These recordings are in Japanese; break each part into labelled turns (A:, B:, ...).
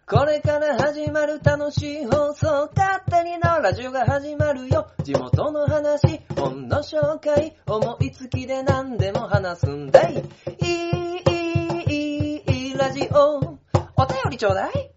A: これから始まる楽しい放送、勝手にのラジオが始まるよ。地元の話、本の紹介、思いつきで何でも話すんだい。いいラジオ、お便りちょうだい。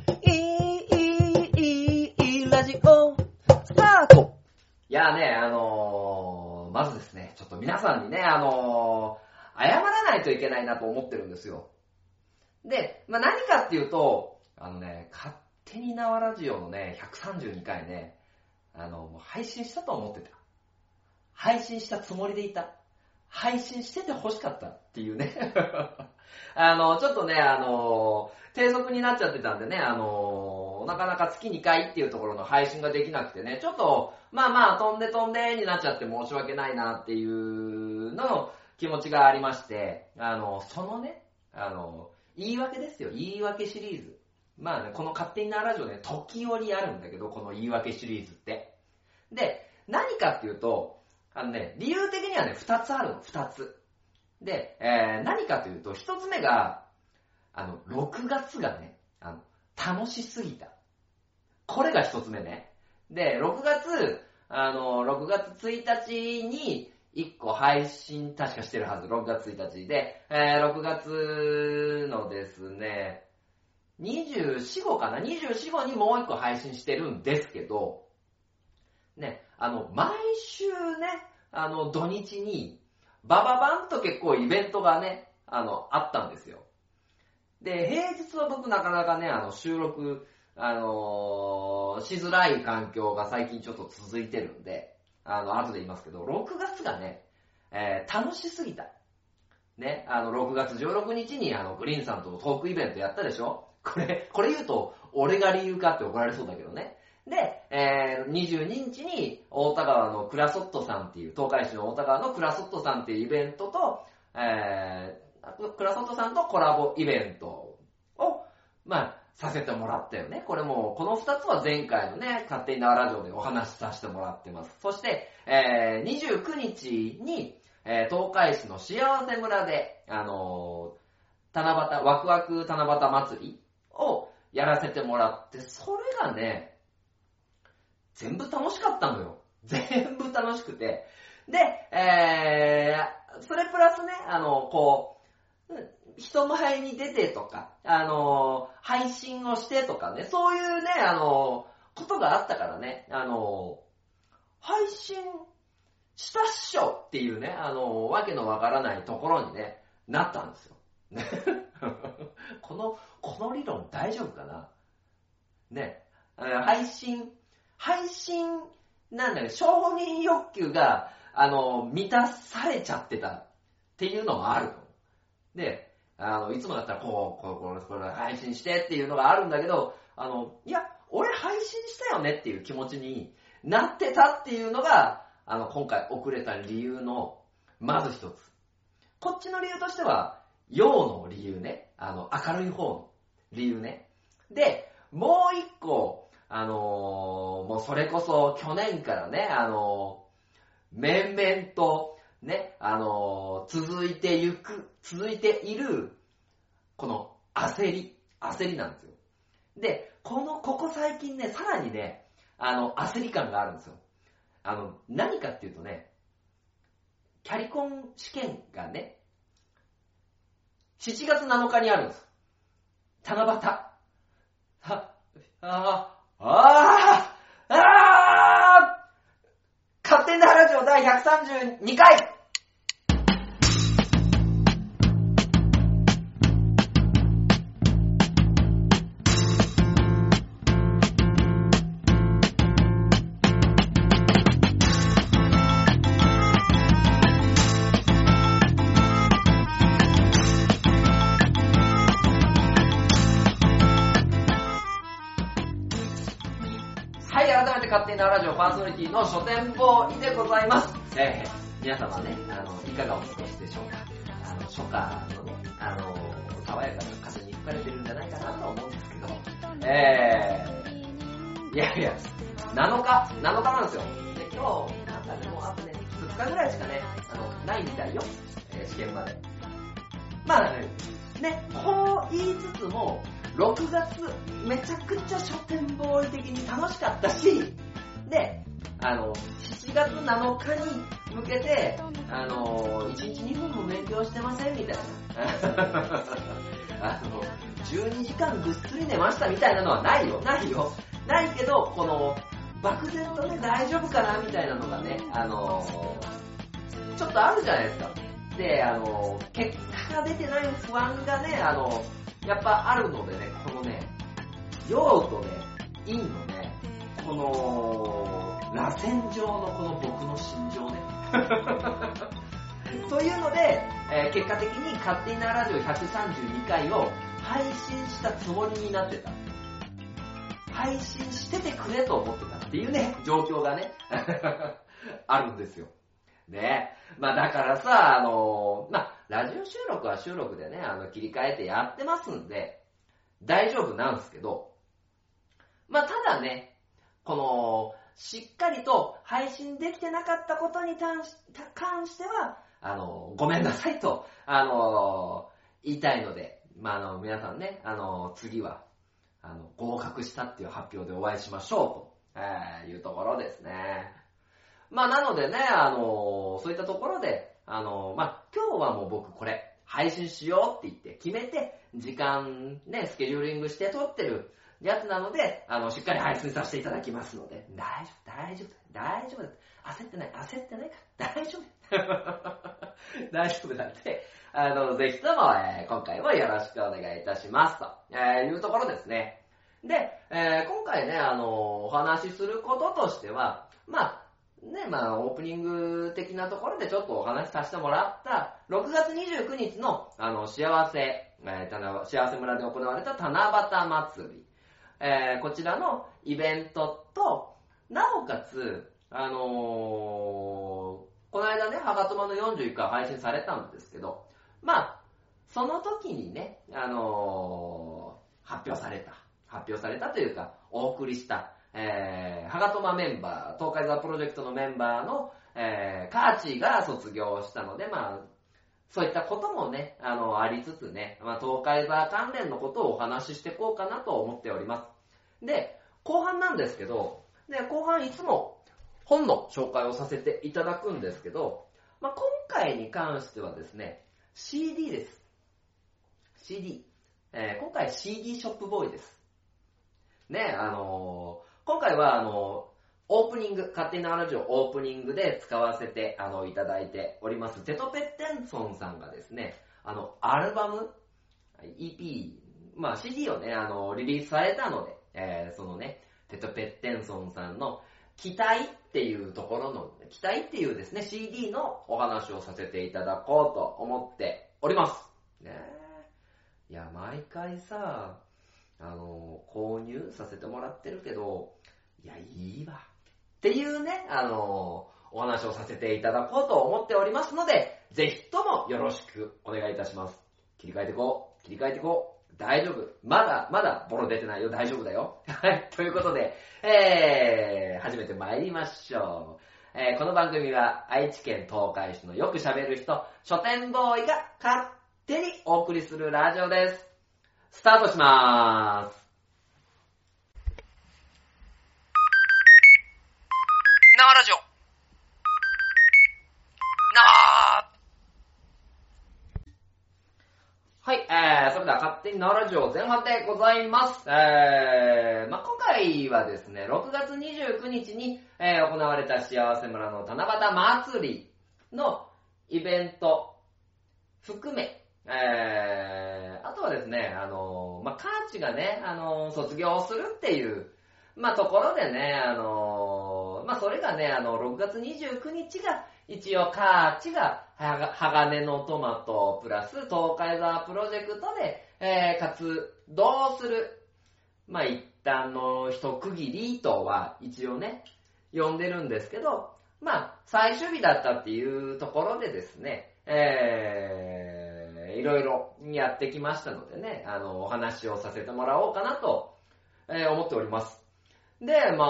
A: いいラジオ、スタート。いやね、まずですね、ちょっと皆さんにね、謝らないといけないなと思ってるんですよ。で、何かっていうと、勝手に縄ラジオのね、132回ね、もう配信したと思ってた。配信したつもりでいた。配信してて欲しかったっていうね。ちょっとね、低速になっちゃってたんでね、なかなか月2回っていうところの配信ができなくてね、ちょっと、飛んでになっちゃって申し訳ないなっていうの気持ちがありまして、そのね、言い訳ですよ。言い訳シリーズ。この勝手になラジオね、時折あるんだけど、この言い訳シリーズって。で、何かっていうと、理由的にはね、2つあるの、2つ。で、何かというと、1つ目が、6月がね、楽しすぎた。これが1つ目ね。で、6月1日に、1個配信確かしてるはず。6月1日で、6月のですね、24号かな ?24号にもう1個配信してるんですけど、ね、毎週ね、土日に、バババンと結構イベントがね、あったんですよ。で、平日は僕なかなかね、収録、しづらい環境が最近ちょっと続いてるんで、後で言いますけど、6月がね、楽しすぎた。ね、6月16日にグリーンさんとのトークイベントやったでしょ？これ言うと、俺が理由かって怒られそうだけどね。で、22日に大田川のクラソットさんっていう、東海市の大田川のクラソットさんっていうイベントと、クラソットさんとコラボイベントを、させてもらったよね。これもう、この2つは前回のね、勝手に縄ラジオでお話しさせてもらってます。そして、29日に、東海市の幸せ村で、七夕、ワクワク七夕祭りをやらせてもらって、それがね、全部楽しかったのよ。全部楽しくて。で、それプラスね、人前に出てとか、配信をしてとかね、そういうね、ことがあったからね、配信したっしょっていうね、わけのわからないところにね、なったんですよ。この理論大丈夫かなね、配信、なんだね、承認欲求が、満たされちゃってたっていうのもあると。で、いつもだったらこれ配信してっていうのがあるんだけど、いや、俺配信したよねっていう気持ちになってたっていうのが、今回遅れた理由の、まず一つ。こっちの理由としては、陽の理由ね。明るい方の理由ね。で、もう一個、もうそれこそ去年からね、面々とね、続いている、この焦りなんですよ。で、ここ最近ね、さらにね、焦り感があるんですよ。何かっていうとね、キャリコン試験がね、7月7日にあるんです。七夕。勝手にラジオ第132回勝手にラジオパーソナリティの書店ボーイでございます。皆様ね、いかがお過ごしでしょうか。初夏のね、爽やかな風に吹かれてるんじゃないかなと思うんですけど、いや、7日なんですよ。で、今日、なんかでもあとね、2日ぐらいしかね、ないみたいよ。試験まで。 ね、こう言いつつも、6月めちゃくちゃ書店ボーイ的に楽しかったし、で、7月7日に向けて、1日2分も勉強してませんみたいな。12時間ぐっすり寝ましたみたいなのはないよ。ないけど、この、漠然とね、大丈夫かなみたいなのがね、ちょっとあるじゃないですか。で、結果が出てない不安がね、やっぱあるのでね、このね、陽とね、陰のね、この、螺旋状のこの僕の心情ね。というので、結果的に勝手になラジオ132回を配信したつもりになってた。配信しててくれと思ってたっていうね、状況がね、あるんですよ。ね。まあだからさ、ラジオ収録は収録でね、切り替えてやってますんで、大丈夫なんですけど、まあただね、この、しっかりと配信できてなかったことに関しては、ごめんなさいと、言いたいので、まあ皆さんね、次は、合格したっていう発表でお会いしましょうと、いうところですね。まあなのでね、そういったところで、今日はもう僕これ、配信しようって言って決めて、時間ね、スケジューリングして撮ってるやつなので、しっかり配信させていただきますので、大丈夫です。焦ってないから、大丈夫大丈夫なんで、ぜひとも、今回もよろしくお願いいたしますと、いうところですね。で、今回ね、お話しすることとしては、オープニング的なところでちょっとお話しさせてもらった、6月29日の、幸せ村で行われた七夕祭り。こちらのイベントと、なおかつ、この間ね、はがとまの41回配信されたんですけど、その時にね、発表されたというか、お送りした、はがとまメンバー、東海ザプロジェクトのメンバーの、カーチーが卒業したので、そういったこともね、ありつつね、東海ザ関連のことをお話ししていこうかなと思っております。で、後半なんですけど、後半いつも本の紹介をさせていただくんですけど、今回に関してはですね、CD です。CD。今回 CD ショップボーイです。ね、今回はオープニング、勝手にラジオオープニングで使わせていただいております、テトペッテンソンさんがですね、アルバム、EP、CD をね、リリースされたので、そのね、テトペッテンソンさんの期待っていうところの、期待っていうですね、CD のお話をさせていただこうと思っております。ね、いや、毎回さ、購入させてもらってるけど、いや、いいわ。っていうね、お話をさせていただこうと思っておりますので、ぜひともよろしくお願いいたします。切り替えていこう。大丈夫。まだボロ出てないよ。大丈夫だよ。はい。ということで、始めて参りましょう。この番組は愛知県東海市のよく喋る人、書店ボーイが勝手にお送りするラジオです。スタートしまーす。
B: 生ラジオ。
A: はい、それでは勝手に生ラジオ前半でございます。今回はですね、6月29日に、行われた幸せ村の七夕祭りのイベント含め、あとはですね、カーチがね、卒業するっていう、ところでね、それがね、6月29日が、一応カーチが、鋼のトマトプラス東海ザプロジェクトで、活動する、一旦の一区切りとは一応ね、呼んでるんですけど、最終日だったっていうところでですね、いろいろやってきましたのでね、お話をさせてもらおうかなと、思っております。で、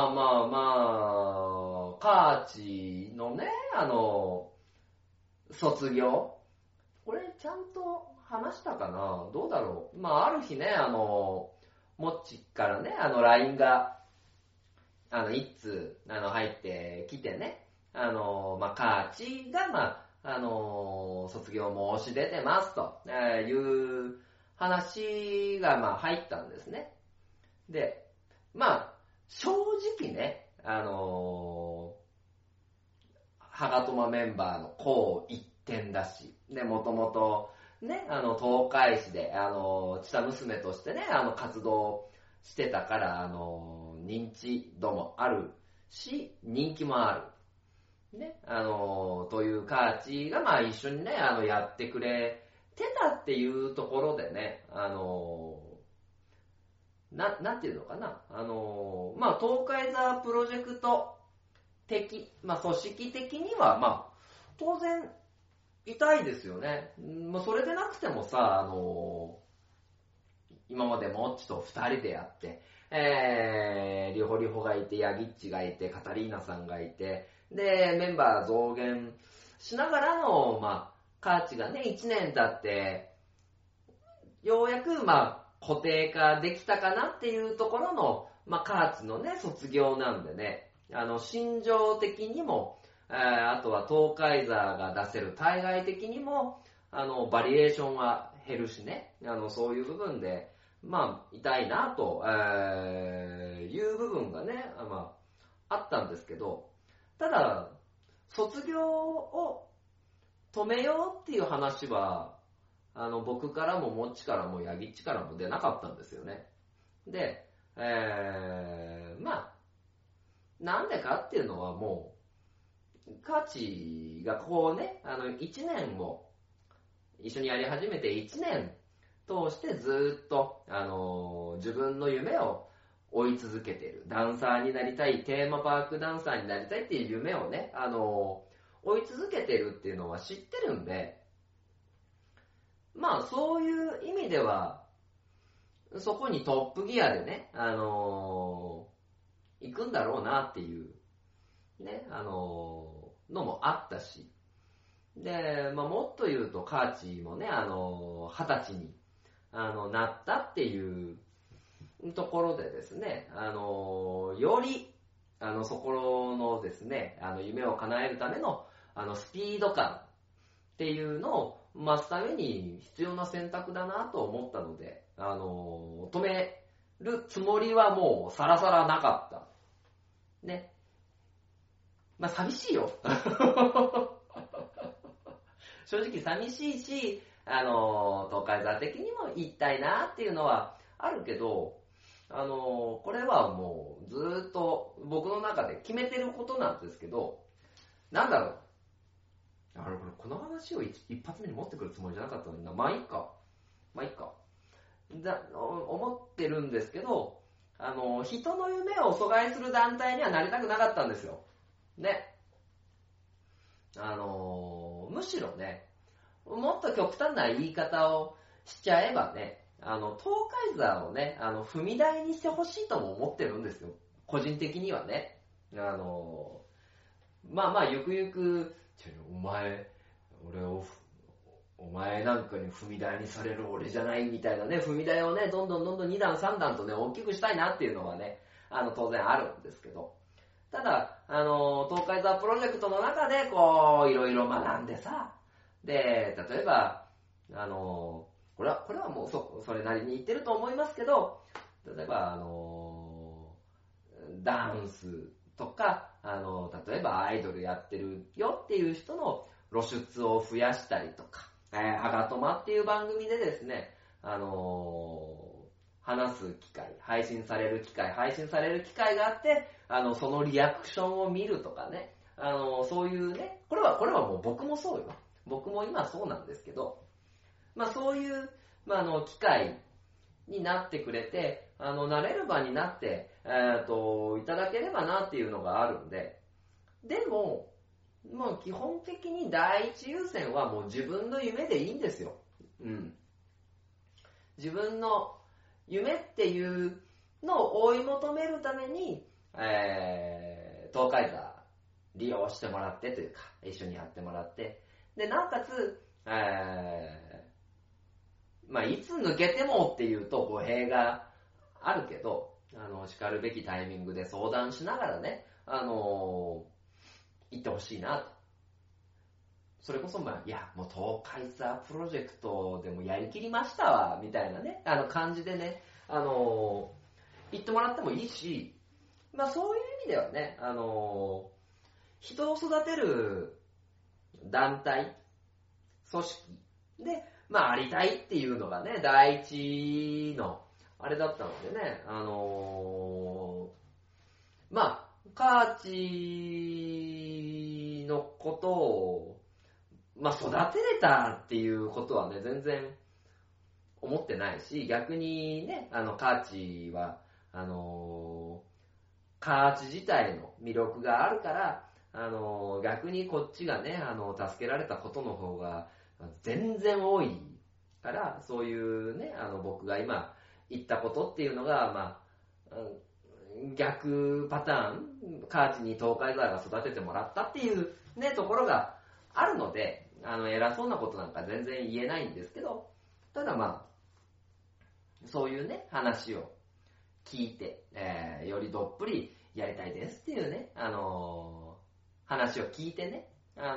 A: カーチのね、卒業。これちゃんと話したかな、どうだろう。まあ、ある日ね、もっちからね、LINE が、一通、入ってきてね、まあ、カーチが、まあ、卒業申し出てますと、いう話が、まあ、入ったんですね。で、まあ、正直ね、はがとまメンバーのこう一点だし、で、もともと、ね、東海市で、チタ娘としてね、活動してたから、認知度もあるし、人気もある。ね、というカーチが、まあ一緒にね、やってくれてたっていうところでね、なんていうのかな、まあ東海ザープロジェクト的、まあ組織的には、まあ、当然、痛いですよね。まあ、それでなくてもさ、今までもっちと二人でやって、リホリホがいて、ヤギッチがいて、カタリーナさんがいて、で、メンバー増減しながらの、まあ、カーチがね、1年経って、ようやく、まあ、固定化できたかなっていうところの、まあ、カーチのね、卒業なんでね、心情的にも、あとは東海座が出せる対外的にも、バリエーションは減るしね、そういう部分で、まあ、痛いなと、いう部分がね、まあ、あったんですけど、ただ、卒業を止めようっていう話は、僕からももっちからもヤギッチからも出なかったんですよね。で、まあ、なんでかっていうのはもう、カチがこうね、1年を一緒にやり始めて1年通してずっと、自分の夢を追い続けている。ダンサーになりたい、テーマパークダンサーになりたいっていう夢をね、追い続けているっていうのは知ってるんで、まあそういう意味では、そこにトップギアでね、行くんだろうなっていう、ね、のもあったし、で、まあもっと言うとカーチもね、20歳に、なったっていうところでですね、より、そこのですね、夢を叶えるための、スピード感っていうのを増すために必要な選択だなと思ったので、止めるつもりはもうさらさらなかった。ね。まあ寂しいよ。正直寂しいし、東海座的にも言いたいなっていうのはあるけど、これはもうずーっと僕の中で決めてることなんですけど、なんだろう。この話を一発目に持ってくるつもりじゃなかったのにな。まあいいか。思ってるんですけど、人の夢を阻害する団体にはなりたくなかったんですよ。ね。むしろね、もっと極端な言い方をしちゃえばね、東海座をね、踏み台にしてほしいとも思ってるんですよ。個人的にはね。まあまあ、ゆくゆく、お前なんかに踏み台にされる俺じゃないみたいなね、踏み台をね、どんどん2段3段とね、大きくしたいなっていうのはね、当然あるんですけど、ただ、東海座プロジェクトの中で、こう、いろいろ学んでさ、で、例えば、これはもうそれなりに言ってると思いますけど、例えば、ダンスとか、例えばアイドルやってるよっていう人の露出を増やしたりとか、はがとまっていう番組でですね、話す機会、配信される機会があって、そのリアクションを見るとかね、そういうね、これはもう僕もそうよ。僕も今そうなんですけど、まあそういう、まあ機会になってくれて、慣れる場になって、いただければなっていうのがあるんで、でも、まあ基本的に第一優先はもう自分の夢でいいんですよ。うん。自分の夢っていうのを追い求めるために、東海座利用してもらってというか、一緒にやってもらって、で、なおかつ、 まあ、いつ抜けてもっていうと語弊があるけど、叱るべきタイミングで相談しながらね、行ってほしいなと。それこそ、まあ、いや、もう東海ザプロジェクトでもやりきりましたわ、みたいなね、感じでね、言ってもらってもいいし、まあそういう意味ではね、人を育てる団体、組織で、まあありたいっていうのがね、第一の、あれだったのでね、まあ、カーチのことを、まあ育てれたっていうことはね、全然思ってないし、逆にね、カーチは、カーチ自体の魅力があるから、逆にこっちがね、助けられたことの方が全然多いから、そういうね、僕が今言ったことっていうのが、まあ、逆パターン、カーチに東海沢が育ててもらったっていうね、ところがあるので、偉そうなことなんか全然言えないんですけど、ただまあ、そういうね、話を聞いて、よりどっぷりやりたいですっていうね、話を聞いてね、ま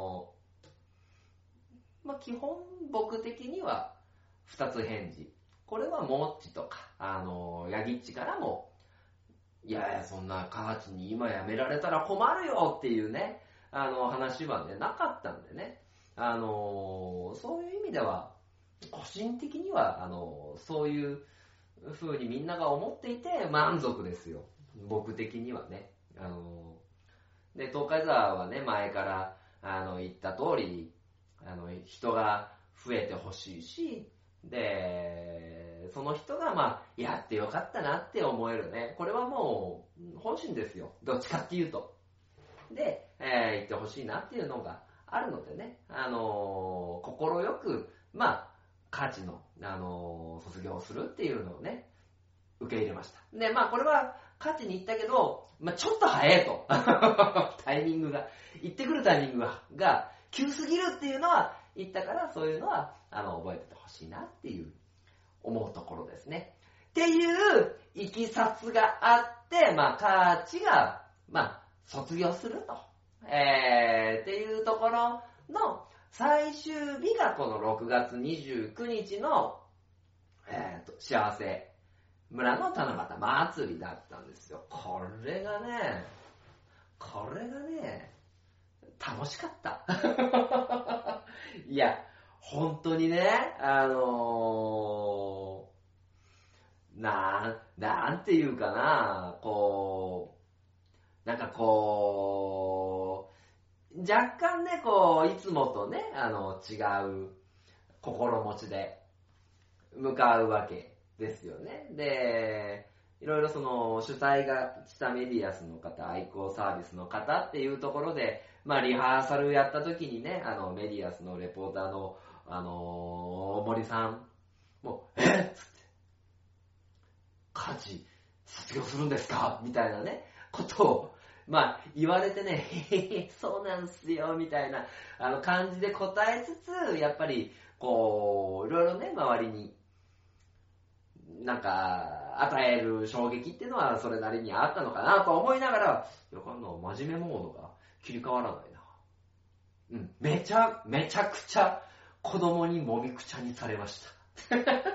A: あ、基本僕的には2つ返事。これはモッチとか、ヤギッチからも、いやいや、そんなカーチに今やめられたら困るよっていうね、話はね、なかったんでね、そういう意味では、個人的には、そういう風にみんなが思っていて満足ですよ。僕的にはね。で、東海沢はね、前から、言った通り、人が増えてほしいし、で、その人が、まあ、やってよかったなって思えるね。これはもう、本心ですよ。どっちかっていうと。で、言ってほしいなっていうのがあるのでね、心よく、まあ、価値の、卒業するっていうのをね、受け入れました。で、まあ、これは、価値に行ったけど、まあ、ちょっと早いと。タイミングが、行ってくるタイミングが、急すぎるっていうのは言ったから、そういうのは、覚えててほしいなっていう、思うところですね。っていう、いきさつがあって、まあ、価値が、まあ、卒業すると。っていうところの、最終日がこの6月29日の、幸せ村の七夕祭りだったんですよ。これがね、楽しかった。いや、本当にね、なんていうかな、なんか若干ね、いつもとね、違う心持ちで向かうわけですよね。で、いろいろその主催がしたメディアスの方、愛好サービスの方っていうところで、まあリハーサルやった時にね、メディアスのレポーターの、森さんも、っつって、家事卒業するんですかみたいなね、ことを、まあ、言われてね、そうなんすよ、みたいな、感じで答えつつ、やっぱり、いろいろね、周りに、なんか、与える衝撃っていうのは、それなりにあったのかなと思いながら、真面目モードが切り替わらないな。うん、めちゃくちゃ、子供にもみくちゃにされました。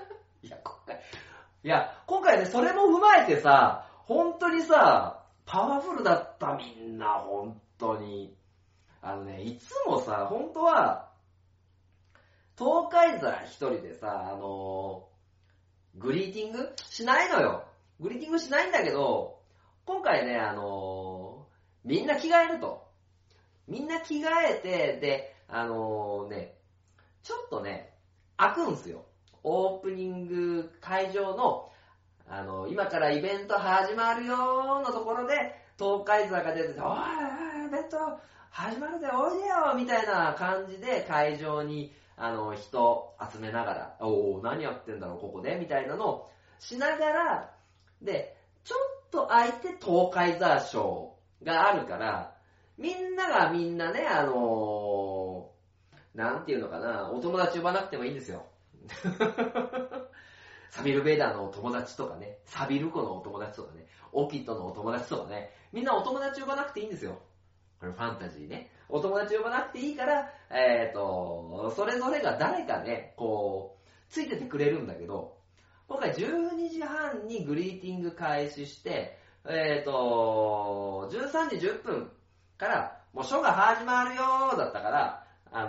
A: 今回ね、それも踏まえてさ、本当にさ、パワフルだったみんな、本当に。いつもさ、本当は、東海座一人でさ、グリーティングしないのよ。グリーティングしないんだけど、今回ね、みんな着替えると。みんな着替えて、で、ちょっとね、開くんすよ。オープニング会場の、今からイベント始まるよーのところで、東海座が出てて、おい、イベント始まるぜ、おいでよみたいな感じで会場に、人集めながら、何やってんだろう、ここでみたいなのをしながら、で、ちょっと空いて東海座ショーがあるから、みんながみんなね、なんていうのかな、お友達呼ばなくてもいいんですよ。 サビル・ベイダーのお友達とかね、サビルコのお友達とかね、オーキッドのお友達とかね、みんなお友達呼ばなくていいんですよ。これファンタジーね。お友達呼ばなくていいから、それぞれが誰かね、こう、ついててくれるんだけど、今回12時半にグリーティング開始して、13時10分からもうショーが始まるよーだったから、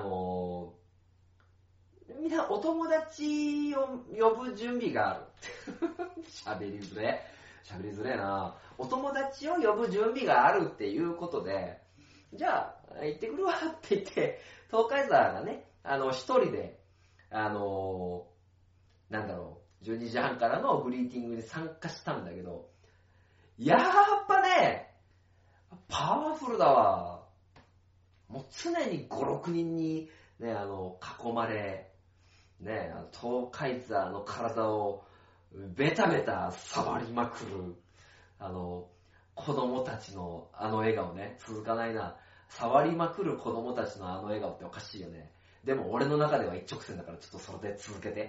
A: みんなお友達を呼ぶ準備がある。喋りづれえな。お友達を呼ぶ準備があるっていうことで、じゃあ、行ってくるわって言って、東海沢がね、一人で、12時半からのグリーティングに参加したんだけど、やっぱね、パワフルだわ。もう常に5、6人にね、囲まれ、ね、東海沢の体をベタベタ触りまくる、子供たちの笑顔ね、続かないな。触りまくる子供たちの笑顔っておかしいよね。でも俺の中では一直線だからちょっとそれで続けて。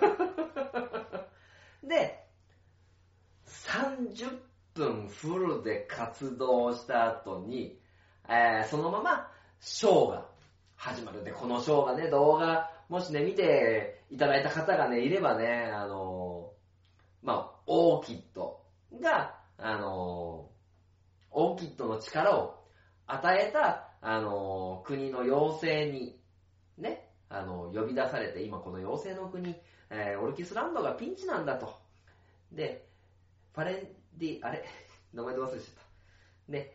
A: で、30分フルで活動した後に、そのままショーが始まる。で、このショーがね、動画、もしね、見ていただいた方がね、いればね、オーキッドが、オーキッドの力を与えた、国の妖精に、ね、呼び出されて、今この妖精の国、オルキスランドがピンチなんだと。で、ファレンディ、名前で忘れちゃった。ね、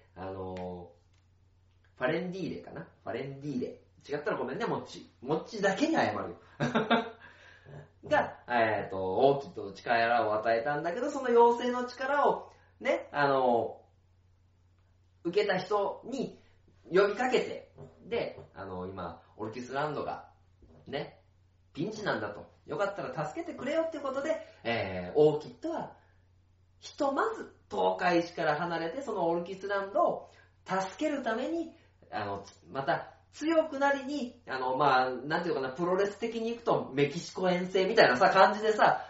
A: ファレンディーレかなファレンディーレ。違ったらごめんね、もっちだけに謝るよ。が、オーキッドの力を与えたんだけど、その妖精の力を、ね、受けた人に呼びかけて、で、今、オルキスランドが、ね、ピンチなんだと。よかったら助けてくれよっていうことで、オーキッドは、ひとまず東海市から離れて、そのオルキスランドを助けるために、また強くなりに、なんていうかな、プロレス的に行くとメキシコ遠征みたいなさ、感じでさ、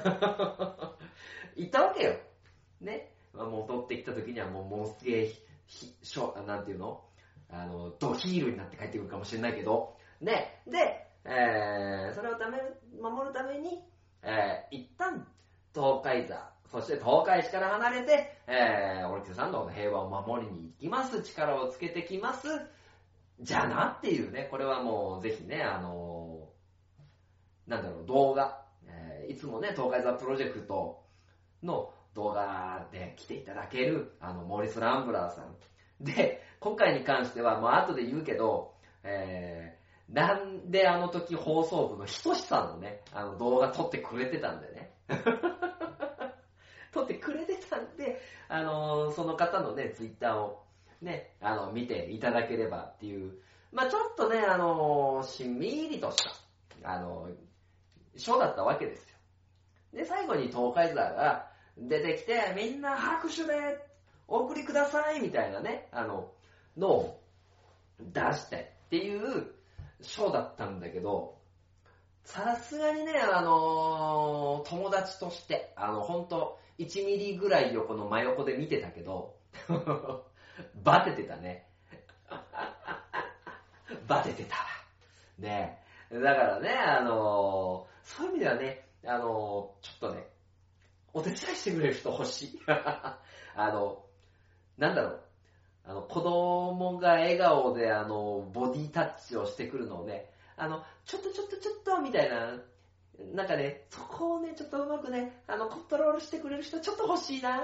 A: 行ったわけよ。ね。戻ってきた時にはもうすげえ、なんていうのドヒールになって帰ってくるかもしれないけど、ね。で、それを守るために、一旦、東海座、そして東海市から離れて、オルキスランドの平和を守りに行きます。力をつけてきます。じゃあなっていうね、これはもうぜひね、動画、いつもね、東海座プロジェクトの動画で来ていただける、モーリス・ランブラーさん。で、今回に関しては、もう後で言うけど、なんで時放送部のひとしさんのね、動画撮ってくれてたんでね。撮ってくれてたんで、その方のね、ツイッターをね、見ていただければっていう、ちょっとね、しんみりとした、ショーだったわけですよ。で、最後に東海座が出てきて、みんな拍手でお送りくださいみたいなね、のを出してっていうショーだったんだけど、さすがにね、友達として、ほんと、1ミリぐらい横の真横で見てたけど、バテてたね。バテてたわ。ねだからね、そういう意味ではね、ちょっとね、お手伝いしてくれる人欲しい。子供が笑顔でボディタッチをしてくるのをね、ちょっと、みたいな、なんかね、そこをね、ちょっとうまくね、コントロールしてくれる人ちょっと欲しいな。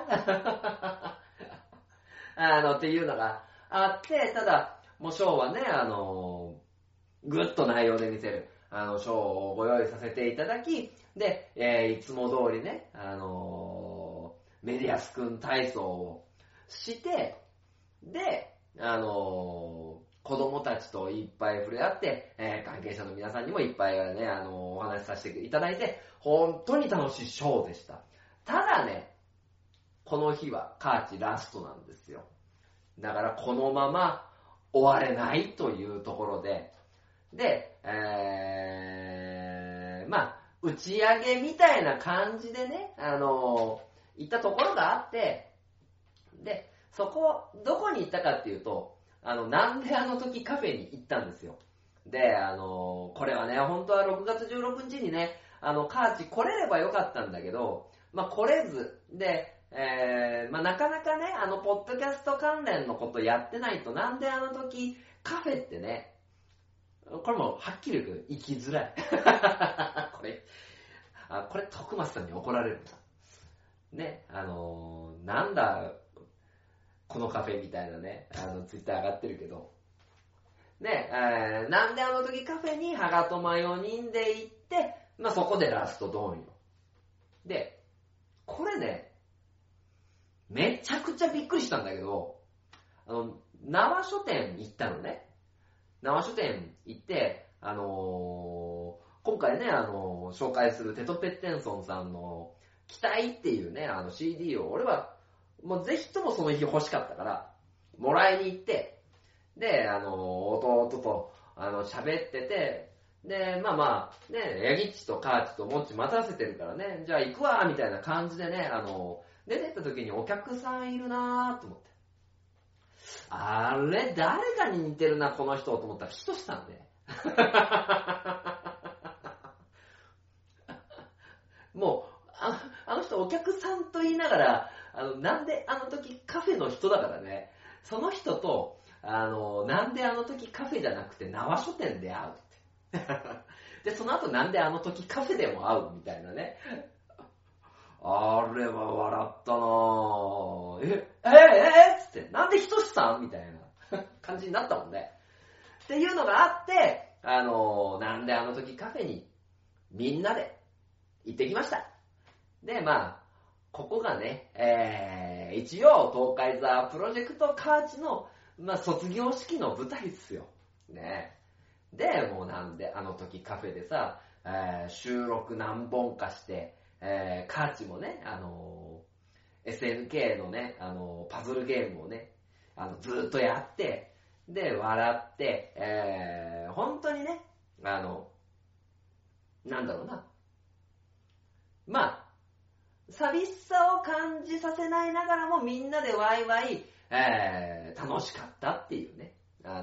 A: っていうのがあって、ただ、もうショーはね、ぐっと内容で見せる、ショーをご用意させていただき、で、いつも通りね、メディアス君体操をして、で、子供たちといっぱい触れ合って、関係者の皆さんにもいっぱいね、お話しさせていただいて、本当に楽しいショーでした。ただね、この日はカーチラストなんですよ。だからこのまま終われないというところで、で、 打ち上げみたいな感じでね、行ったところがあって、で、そこ、どこに行ったかっていうと、なんであの時カフェに行ったんですよ。で、これはね、本当は6月16日にね、カーチ来れればよかったんだけど、来れず、で、なかなかね、ポッドキャスト関連のことやってないと、なんであの時カフェってね、これもはっきり言うけど、行きづらい。これ、徳松さんに怒られるんだ。ね、なんだ、このカフェみたいなね、ツイッター上がってるけど、ね、なんであの時カフェにハガトマ4人で行って、そこでラストドーンよ。で、これね、めちゃくちゃびっくりしたんだけど、縄書店行ったのね。縄書店行って、今回ね、紹介するテト・ペッテンソンさんの期待っていうね、CD を俺は、もうぜひともその日欲しかったから、もらいに行って、で、弟と、喋ってて、で、ね、ヤギッチとカーチとモッチ待たせてるからね、じゃあ行くわみたいな感じでね、出てった時にお客さんいるなーと思って。あれ、誰かに似てるな、この人と思ったら、ひとしさんね。もう、あの人お客さんと言いながら、なんであの時カフェの人だからね、その人と、なんであの時カフェじゃなくて縄書店で会うって。で、その後なんであの時カフェでも会うみたいなね。あれは笑ったなぁ。つって、なんでひとしさんみたいな感じになったもんね。っていうのがあって、なんであの時カフェにみんなで行ってきました。で、ここがね、一応、東海ザプロジェクトカーチの、卒業式の舞台ですよ。ね。で、もうなんであの時カフェでさ、収録何本かして、カーチもね、SNK のね、パズルゲームをね、ずーっとやって、で、笑って、本当にね、なんだろうな。寂しさを感じさせないながらもみんなでワイワイ、楽しかったっていうね、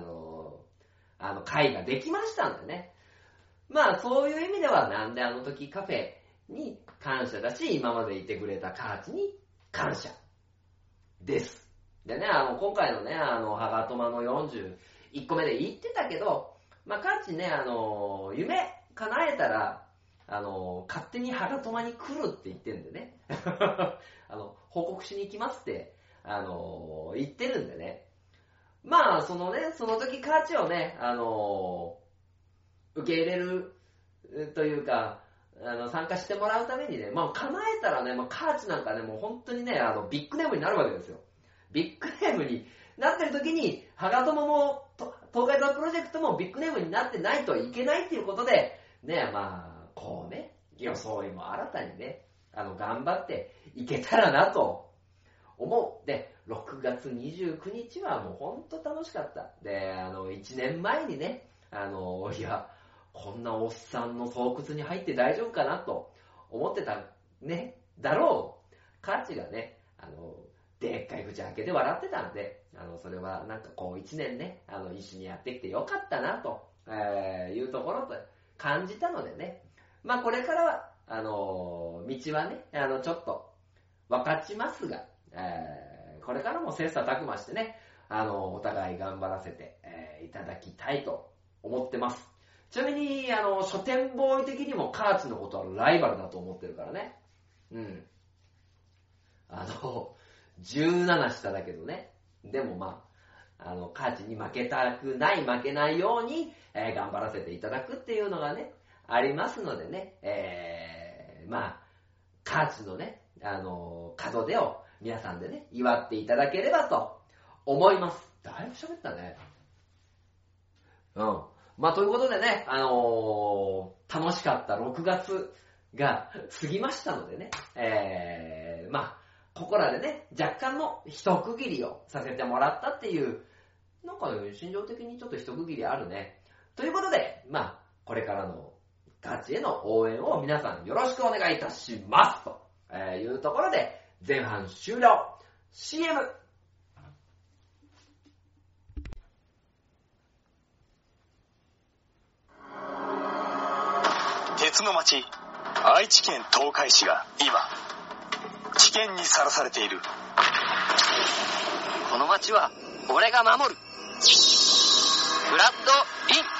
A: 会ができましたんでね。そういう意味ではなんであの時カフェに感謝だし、今までいてくれたカーチに感謝です。でね、今回のね、ハガトマの41個目で言ってたけど、カーチね、夢叶えたら、勝手にハガトマに来るって言ってんでね。報告しに行きますって、言ってるんでね。その時カーチをね、受け入れるというか、参加してもらうためにね、叶えたらね、カーチなんかね、もう本当にね、ビッグネームになるわけですよ。ビッグネームになってる時に、ハガトマも、東海ザプロジェクトもビッグネームになってないといけないっていうことで、ね、こうね、装いも新たにね、頑張っていけたらなと思う。で、6月29日はもうほんと楽しかった。で、1年前にね、いや、こんなおっさんの巣窟に入って大丈夫かなと思ってたね、だろう。カーチがね、でっかい口開けて笑ってたんで、それはなんかこう1年ね、一緒にやってきてよかったなと、いうところと感じたのでね、これからは、道はね、ちょっと分かちますが、これからも切磋琢磨してね、お互い頑張らせて、いただきたいと思ってます。ちなみに、書店ボーイ的にもカーチのことはライバルだと思ってるからね。うん。17下だけどね。でもカーチに負けないように、頑張らせていただくっていうのがね、ありますのでね、カーチのね、門出を皆さんでね、祝っていただければと思います。だいぶ喋ったね。うん。ということでね、楽しかった6月が過ぎましたのでね、ここらでね、若干の一区切りをさせてもらったっていう、なんか心情的にちょっと一区切りあるね。ということで、これからのガチへの応援を皆さんよろしくお願いいたしますというところで前半終了。 CM。
B: 鉄の町愛知県東海市が今危険にさらされている。
C: この町は俺が守る。ブラッドイン。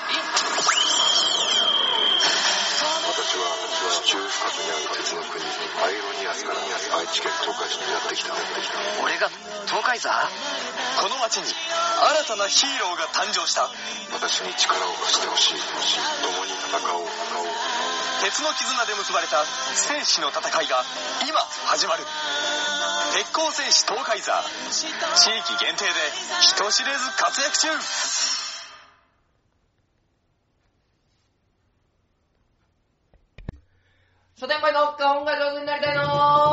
D: 私は地中深くにある鉄の国アイロニアスから愛知県東海市にやってきた。
C: 俺が東海座。
B: この町に新たなヒーローが誕生した。
D: 私に力を貸してほしい。共に戦おう。
B: 鉄の絆で結ばれた戦士の戦いが今始まる。鉄鋼戦士東海座、地域限定で人知れず活躍中。
A: 書店ボーイの花本が上手になりたいの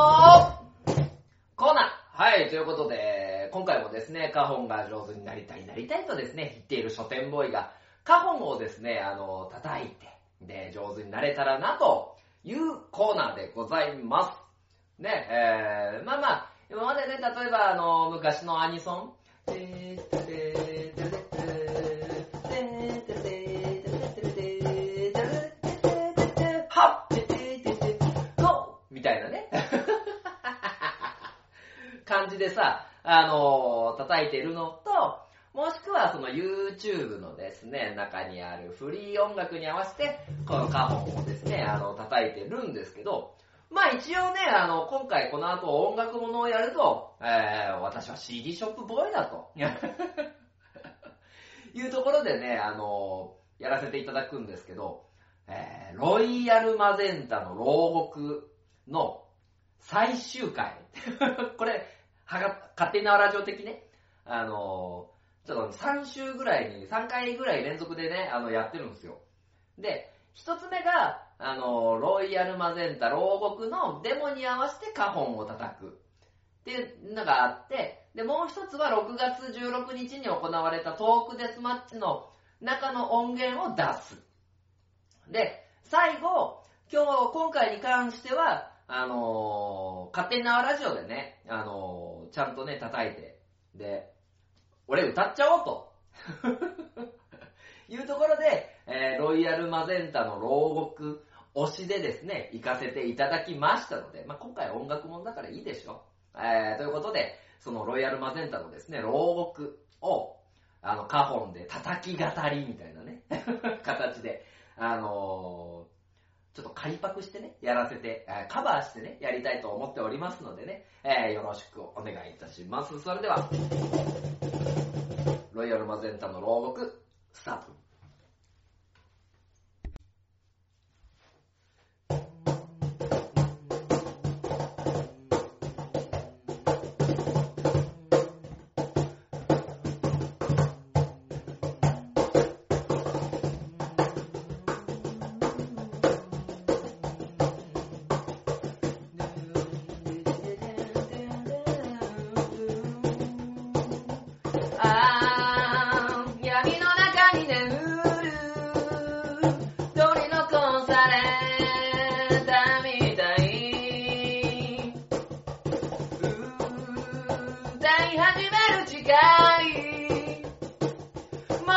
A: コーナー。はい、ということで今回もですね、花本が上手になりたいとですね言っている書店ボーイが花本をですね叩いてで上手になれたらなというコーナーでございます。ね、まあ今までね、例えば昔のアニソンはっみたいなね感じでさ、叩いてるのと、もしくはその YouTube のですね、中にあるフリー音楽に合わせて、この花本をですね、叩いてるんですけど、まあ一応ね、今回この後音楽ものをやると、私は CD ショップボーイだと。いうところでね、やらせていただくんですけど、ロイヤルマゼンタの牢獄の最終回。これ、勝手なラジオ的ね、ちょっと3回ぐらい連続でね、やってるんですよ。で、一つ目が、ロイヤルマゼンタ牢獄のデモに合わせて花本を叩くっていうのがあって、で、もう一つは6月16日に行われたトークデスマッチの中の音源を出す。で、最後、今回に関しては、勝手に縄ラジオでね、ちゃんとね、叩いて、で、俺歌っちゃおうと。いうところで、ロイヤルマゼンタの牢獄推しでですね、行かせていただきましたので、まあ、今回は音楽もんだからいいでしょ。ということで、そのロイヤルマゼンタのですね、牢獄を、花本で叩き語りみたいなね、形で、ちょっと仮パクしてね、やらせて、カバーしてね、やりたいと思っておりますのでね、よろしくお願いいたします。それでは、ロイヤルマゼンタの牢獄、スタート。闇の中に眠る取り残されたみたい歌い始める誓いも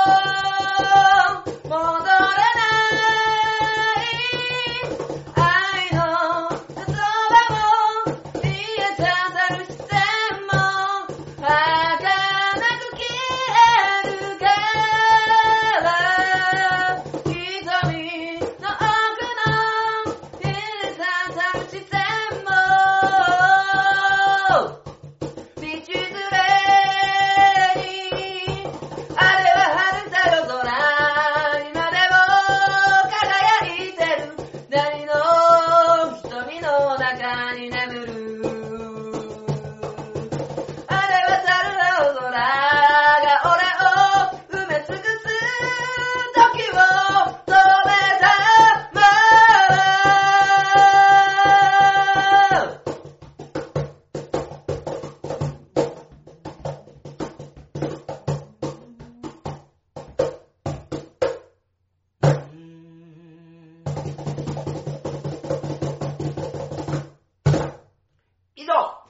A: う戻れない愛の言葉も言えたさる視線も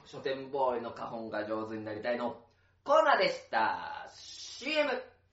A: 書店ボーイの花本が上手になりたいのコーナーでした。 CM。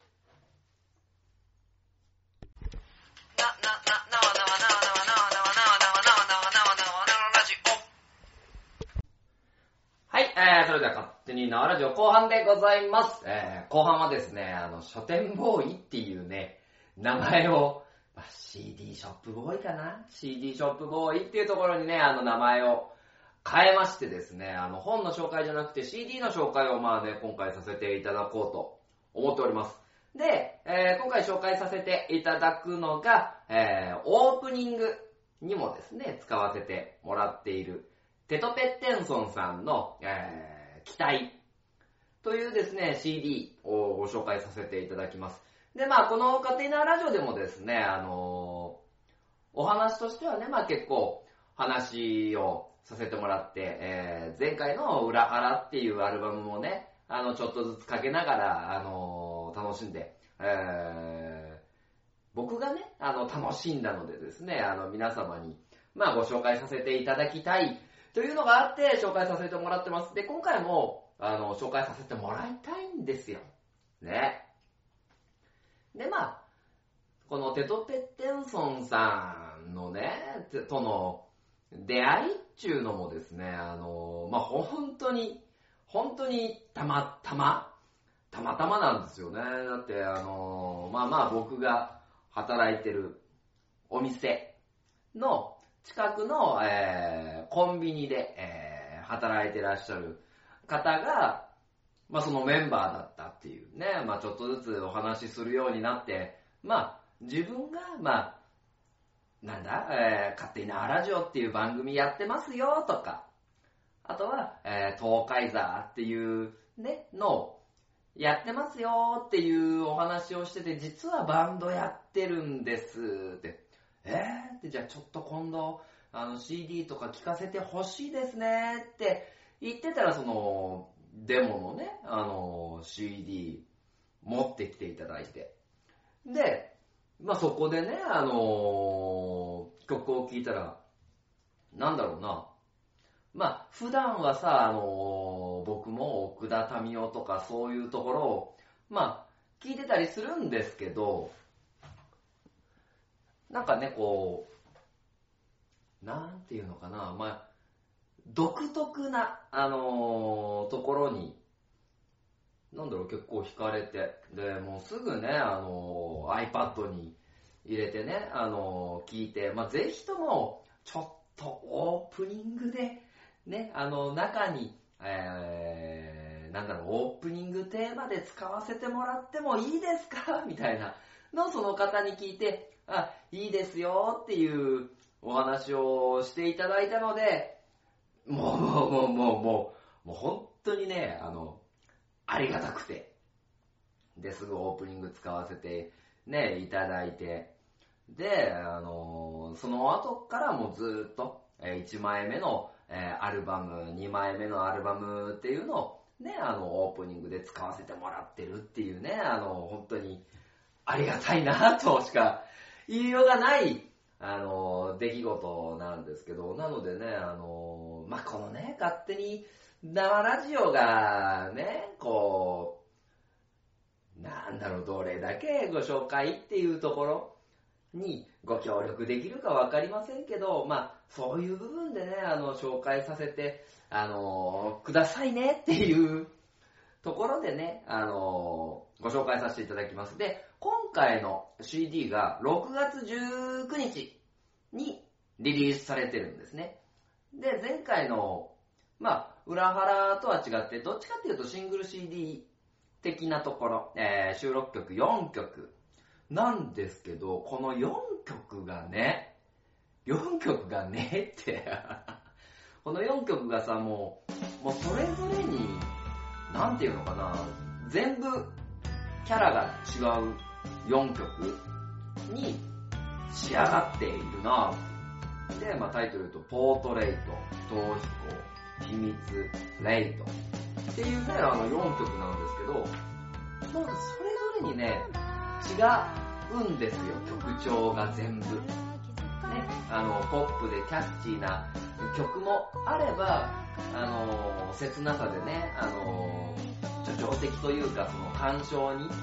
A: はい、それでは勝手に縄ラジオ後半でございます。後半はですね、書店ボーイっていうね、名前を、CD ショップボーイかな ?CD ショップボーイっていうところにね、名前を変えましてですね、本の紹介じゃなくて CD の紹介を今回させていただこうと思っております。で、今回紹介させていただくのが、オープニングにもですね、使わせてもらっているテトペッテンソンさんの、期待というですね、CD をご紹介させていただきます。で、この勝手なラジオでもですね、お話としてはね、結構話をさせてもらって、前回の裏腹っていうアルバムもね、ちょっとずつかけながら、楽しんで、僕がね、楽しんだのでですね、皆様に、ご紹介させていただきたいというのがあって、紹介させてもらってます。で、今回も、紹介させてもらいたいんですよ。ね。で、このテトペッテンソンさんのね、との出会いっていうのもですね、本当にたまたまなんですよね。だって、僕が働いてるお店の近くの、コンビニで、働いてらっしゃる方が、そのメンバーだったっていうね、ちょっとずつお話しするようになって、自分が、勝手なラジオっていう番組やってますよとか、あとは、東海座っていうね、のやってますよっていうお話をしてて、実はバンドやってるんですって、ってじゃあちょっと今度、CD とか聞かせてほしいですねって言ってたら、その、デモのね、CD 持ってきていただいて。で、そこでね、曲を聴いたら、普段はさ、僕も奥田民生とかそういうところを、聞いてたりするんですけど、なんていうのかな、独特な、ところに、結構惹かれて、で、もうすぐね、iPad に入れてね、聞いて、ぜひとも、ちょっとオープニングで、ね、中に、オープニングテーマで使わせてもらってもいいですかみたいなのをその方に聞いて、いいですよっていうお話をしていただいたので、もう本当にね、ありがたくて、で、すぐオープニング使わせてね、いただいて、で、その後からもずっと、1枚目の、アルバム、2枚目のアルバムっていうのをね、オープニングで使わせてもらってるっていうね、本当にありがたいなとしか言いようがない、出来事なんですけど、なのでね、このね、勝手に生ラジオがね、どれだけご紹介っていうところにご協力できるかわかりませんけど、そういう部分でね、紹介させて、くださいねっていうところでね、ご紹介させていただきます。で、今回の CD が6月19日にリリースされてるんですね。で、前回の、裏腹とは違って、どっちかっていうとシングル CD 的なところ、収録曲4曲なんですけど、この4曲がねってこの4曲がさ、もうそれぞれに、なんていうのかな、全部キャラが違う4曲に仕上がっているな。で、タイトルとポートレイト、逃避行、秘密、レイトっていうね、4曲なんですけど、それぞれにね、違うんですよ、曲調が全部。ね、ポップでキャッチーな、 曲もあれば、切なさでね、叙情的というか、その感傷に、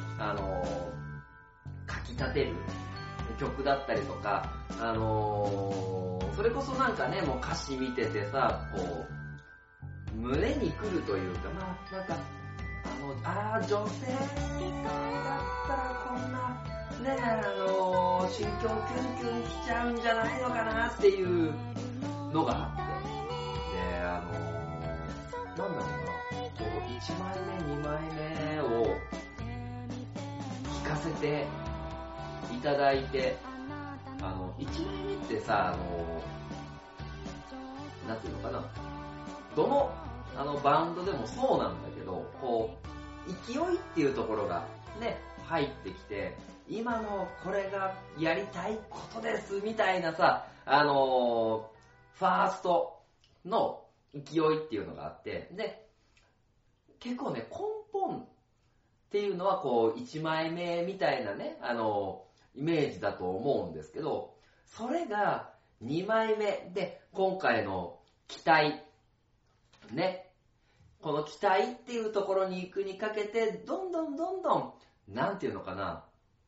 A: かき立てる曲だったりとか、それこそなんかね、もう歌詞見ててさ、こう、胸に来るというか、まあ、なんか、女性だったらこんな、ね、心境キュンキュンしちゃうんじゃないのかなっていうのがあって、で、なんだろうな、こう、1枚目、2枚目を聞かせていただいて、1枚目ってさ、なんていうのかな、どの、バンドでもそうなんだけど、こう、勢いっていうところがね、入ってきて、今のこれがやりたいことですみたいなさ、ファーストの勢いっていうのがあって、で、結構ね、根本っていうのはこう、1枚目みたいなね、イメージだと思うんですけど、それが2枚目で、今回の期待、ね、この期待っていうところに行くにかけて、どんどん、なんていうのかな、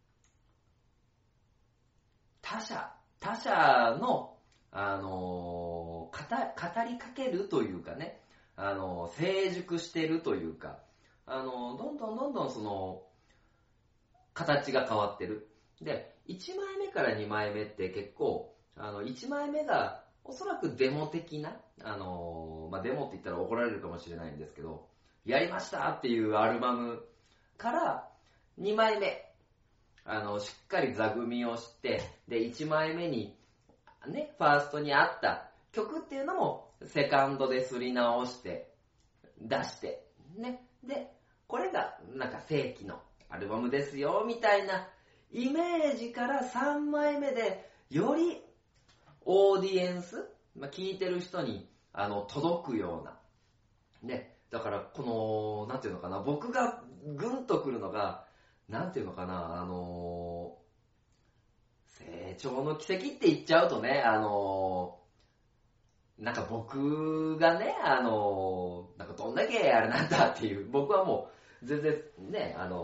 A: 他者の、語りかけるというかね、成熟してるというか、どんどんその、形が変わってる。で、1枚目から2枚目って結構、1枚目がおそらくデモ的な、デモって言ったら怒られるかもしれないんですけど、やりましたっていうアルバムから2枚目、しっかり座組みをして、で、1枚目に、ね、ファーストにあった曲っていうのも、セカンドで刷り直して、出して、ね。で、これが、なんか正規のアルバムですよ、みたいなイメージから3枚目で、より、オーディエンス、聞いてる人に、届くような。ね。だから、この、なんていうのかな、僕がグンとくるのが、なんていうのかな、成長の奇跡って言っちゃうとね、なんか僕がね、なんかどんだけあれなんだっていう、僕はもう全然ね、なん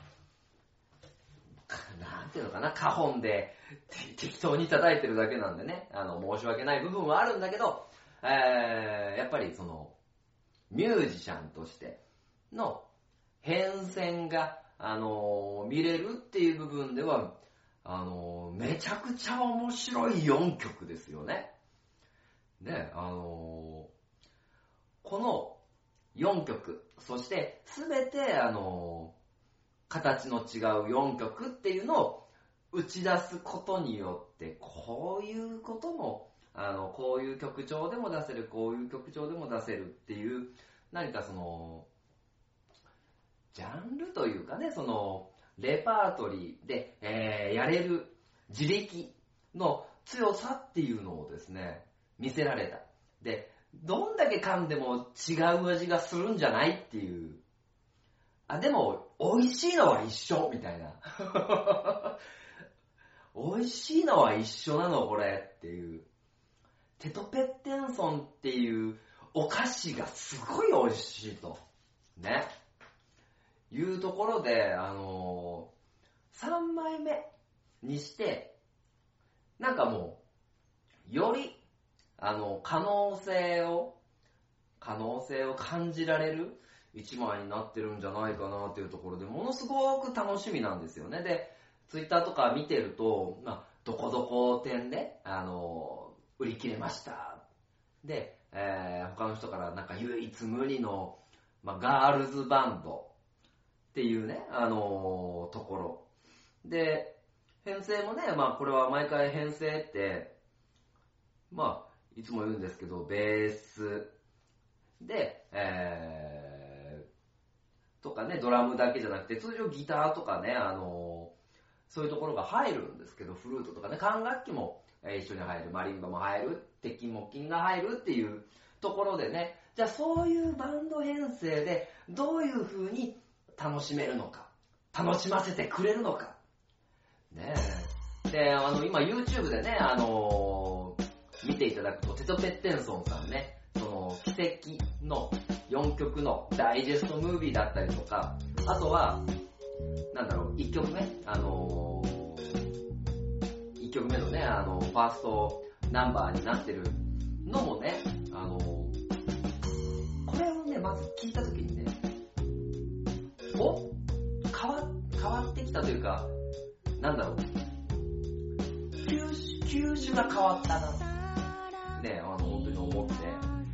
A: ていうのかな、花本で適当に叩いてるだけなんでね、申し訳ない部分はあるんだけど、やっぱりその、ミュージシャンとしての変遷が、見れるっていう部分では、めちゃくちゃ面白い4曲ですよね。ね、この4曲、そしてすべて、形の違う4曲っていうのを打ち出すことによって、こういうことも、こういう曲調でも出せる、こういう曲調でも出せるっていう、何かその、ジャンルというかね、その、レパートリーで、やれる自力の強さっていうのをですね、見せられた。で、どんだけ噛んでも違う味がするんじゃないっていう。でも、美味しいのは一緒みたいな。美味しいのは一緒なのこれっていう。テトペッテンソンっていうお菓子がすごい美味しいと。ね。いうところで、3枚目にして、なんかもう、より、可能性を感じられる一枚になってるんじゃないかなっていうところで、ものすごく楽しみなんですよね。で、ツイッターとか見てると、どこどこ店で、売り切れました。で、他の人からなんか唯一無二の、ガールズバンドっていうね、ところ。で、編成もね、これは毎回編成って、いつも言うんですけど、ベースで、とかね、ドラムだけじゃなくて、通常ギターとかね、そういうところが入るんですけど、フルートとかね、管楽器も一緒に入る、マリンバも入る、鉄筋木筋が入るっていうところでね、じゃあそういうバンド編成でどういう風に楽しめるのか、楽しませてくれるのか。ねえ。で、今 YouTube でね、 見ていただくと、テトペッテンソンさんね、その奇跡の4曲のダイジェストムービーだったりとか、あとは、1曲目、1曲目のね、ファーストナンバーになってるのもね、これをね、まず聞いたときにね、変わってきたというか、球種が変わったな、ね、本当に思って、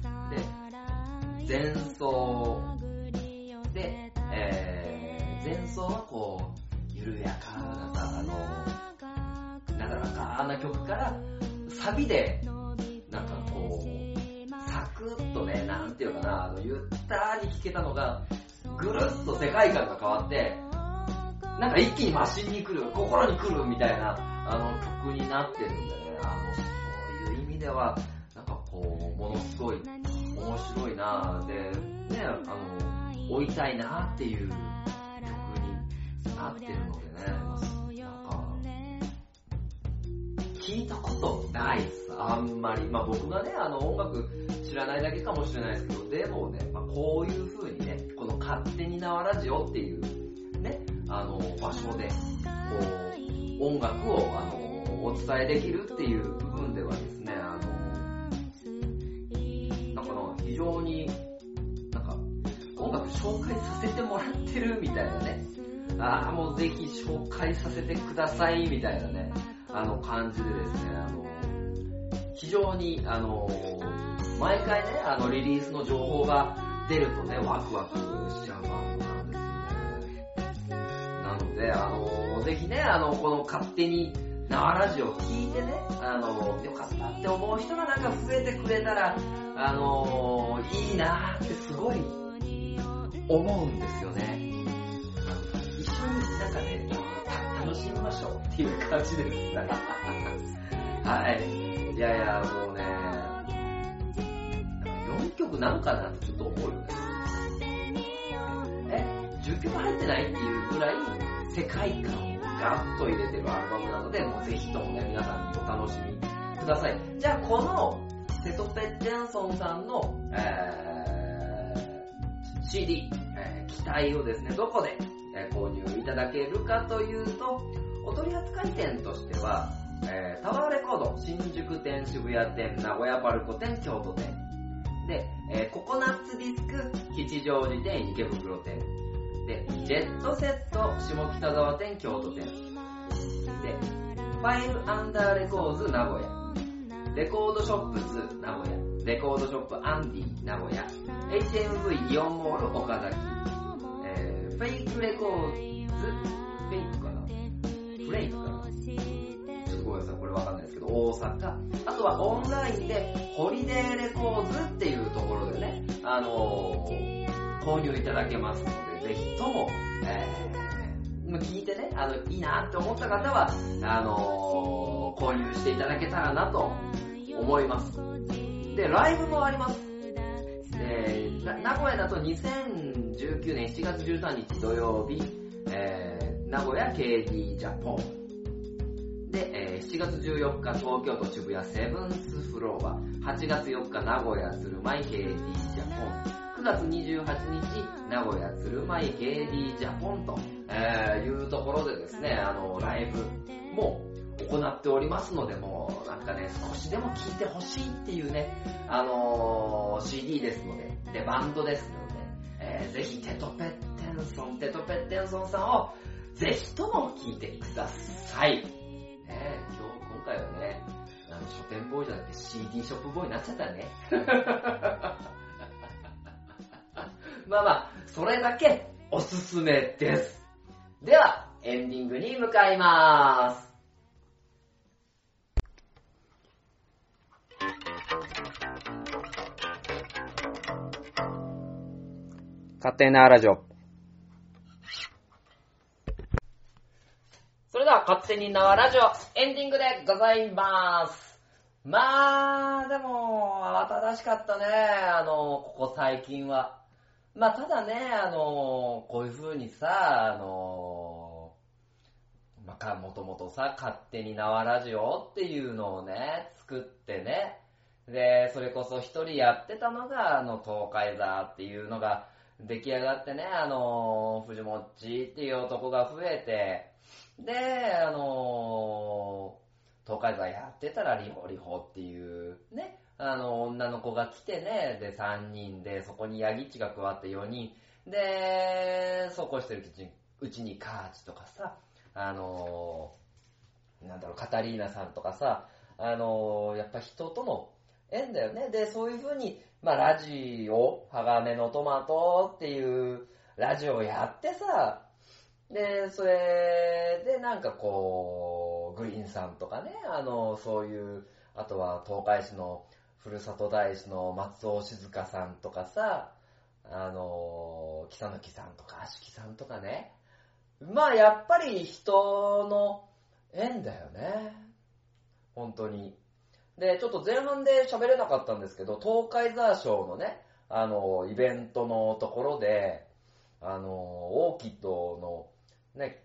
A: で、前奏で、前奏はこう、緩やかなさ、なだらかな曲から、サビで、なんかこう、サクッとね、なんていうかな、ゆったり聴けたのが、ぐるっと世界観が変わって、なんか一気にマシンに来る、心に来るみたいな、曲になってるんでね、そういう意味では、なんかこう、ものすごい面白いなぁ、で、ね、追いたいなっていう曲になってるのでね、なんか、聞いたことないっす、あんまり。まあ僕がね、音楽知らないだけかもしれないですけど、でもね、まあ、こういう風にね、この勝手に縄ラジオっていう、ね、場所で、こう、音楽を、お伝えできるっていう部分ではですね、なんか非常に、なんか、音楽紹介させてもらってるみたいなね、もうぜひ紹介させてくださいみたいなね、感じでですね、非常に、毎回ね、リリースの情報が出るとね、ワクワクしちゃうバンドなんですよね。なので、ぜひね、この勝手に縄ラジオ聞いてね、よかったって思う人がなんか増えてくれたら、いいなーってすごい思うんですよね。一緒になんかね、楽しみましょうっていう感じです。はい。いやいや、もうね、4曲なのかなってちょっと思うよね。10曲入ってないっていうぐらい世界観をガッと入れてるアルバムなので、もうぜひともね、皆さんにお楽しみください。じゃあこのテトペッテンソンさんの、CD、機体をですね、どこで、購入いただけるかというと、お取り扱い店としては、タワーレコード新宿店、渋谷店、名古屋パルコ店、京都店で、ココナッツディスク吉祥寺店、池袋店で、ジェットセット下北沢店、京都店で、ファイルアンダーレコーズ名古屋、レコードショップズ名古屋、レコードショップアンディ名古屋、HMV イオンモール岡崎、フェイクレコーズ、フェイクかな、フレイクかな、ちょっとごめんなさい、これわかんないですけど、大阪、あとはオンラインでホリデーレコーズっていうところでね、購入いただけますので、ぜひとも、聞いてね、いいなって思った方は、購入していただけたらなと思います。で、ライブもあります。名古屋だと2019年7月13日土曜日、名古屋 KD ジャポン。で、7月14日東京都渋谷セブンスフローバー。8月4日名古屋鶴舞 KD ジャポン。9月28日名古屋鶴舞 KD ジャポンと、いうところでですね、ライブも行っておりますので、もうなんかね、少しでも聴いてほしいっていうね、CD ですので、で、バンドですので、ぜひテトペッテンソンさんをぜひとも聴いてください。今回はね、書店ボーイじゃなくて CD ショップボーイになっちゃったね。まあまあ、それだけおすすめです。では、エンディングに向かいます。勝手なラジオ。それでは勝手に縄ラジオエンディングでございます。まあでも慌ただしかったね、ここ最近は。まあただね、こういう風にさ、 もともとさ、勝手に縄ラジオっていうのをね、作ってね、で、それこそ一人やってたのが、東海座っていうのが出来上がってね、藤もっちっていう男が増えて、で、東海座やってたらリホリホっていうね、女の子が来てね、で、3人で、そこにヤギッチが加わって4人、で、そうこうしてるうちにカーチとかさ、カタリーナさんとかさ、やっぱ人との縁だよね。で、そういう風に、ラジオ、鋼のトマトっていうラジオをやってさ、で、それでなんかこう、グリーンさんとかね、そういう、あとは東海市のふるさと大使の松尾静香さんとかさ、木佐貫さんとか、足木さんとかね。やっぱり人の縁だよね。本当に。で、ちょっと前半で喋れなかったんですけど、東海座賞のね、イベントのところで、オーキッドの、ね、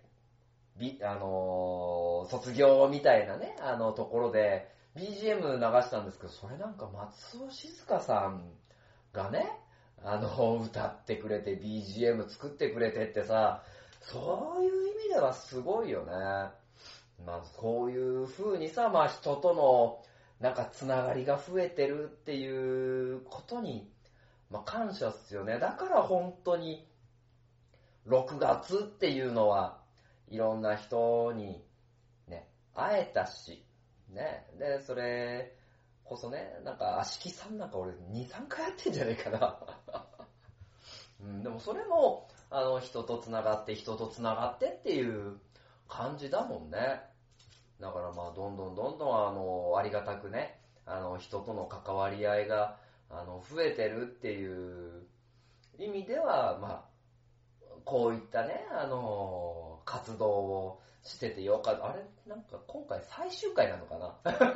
A: 卒業みたいなね、ところで、BGM 流したんですけど、それなんか松尾静香さんがね、歌ってくれて、BGM 作ってくれてってさ、そういう意味ではすごいよね。こういう風にさ、人との、なんかつながりが増えてるっていうことに、感謝っすよね。だから本当に、6月っていうのは、いろんな人に、ね、会えたし、ね、で、それこそね、なんか、足木さんなんか俺2、3回やってんじゃねえかな。でもそれも、人とつながってっていう感じだもんね。だからどんどんありがたくね、人との関わり合いが、増えてるっていう意味では、こういったね、活動をしててよかった。あれなんか今回最終回なのか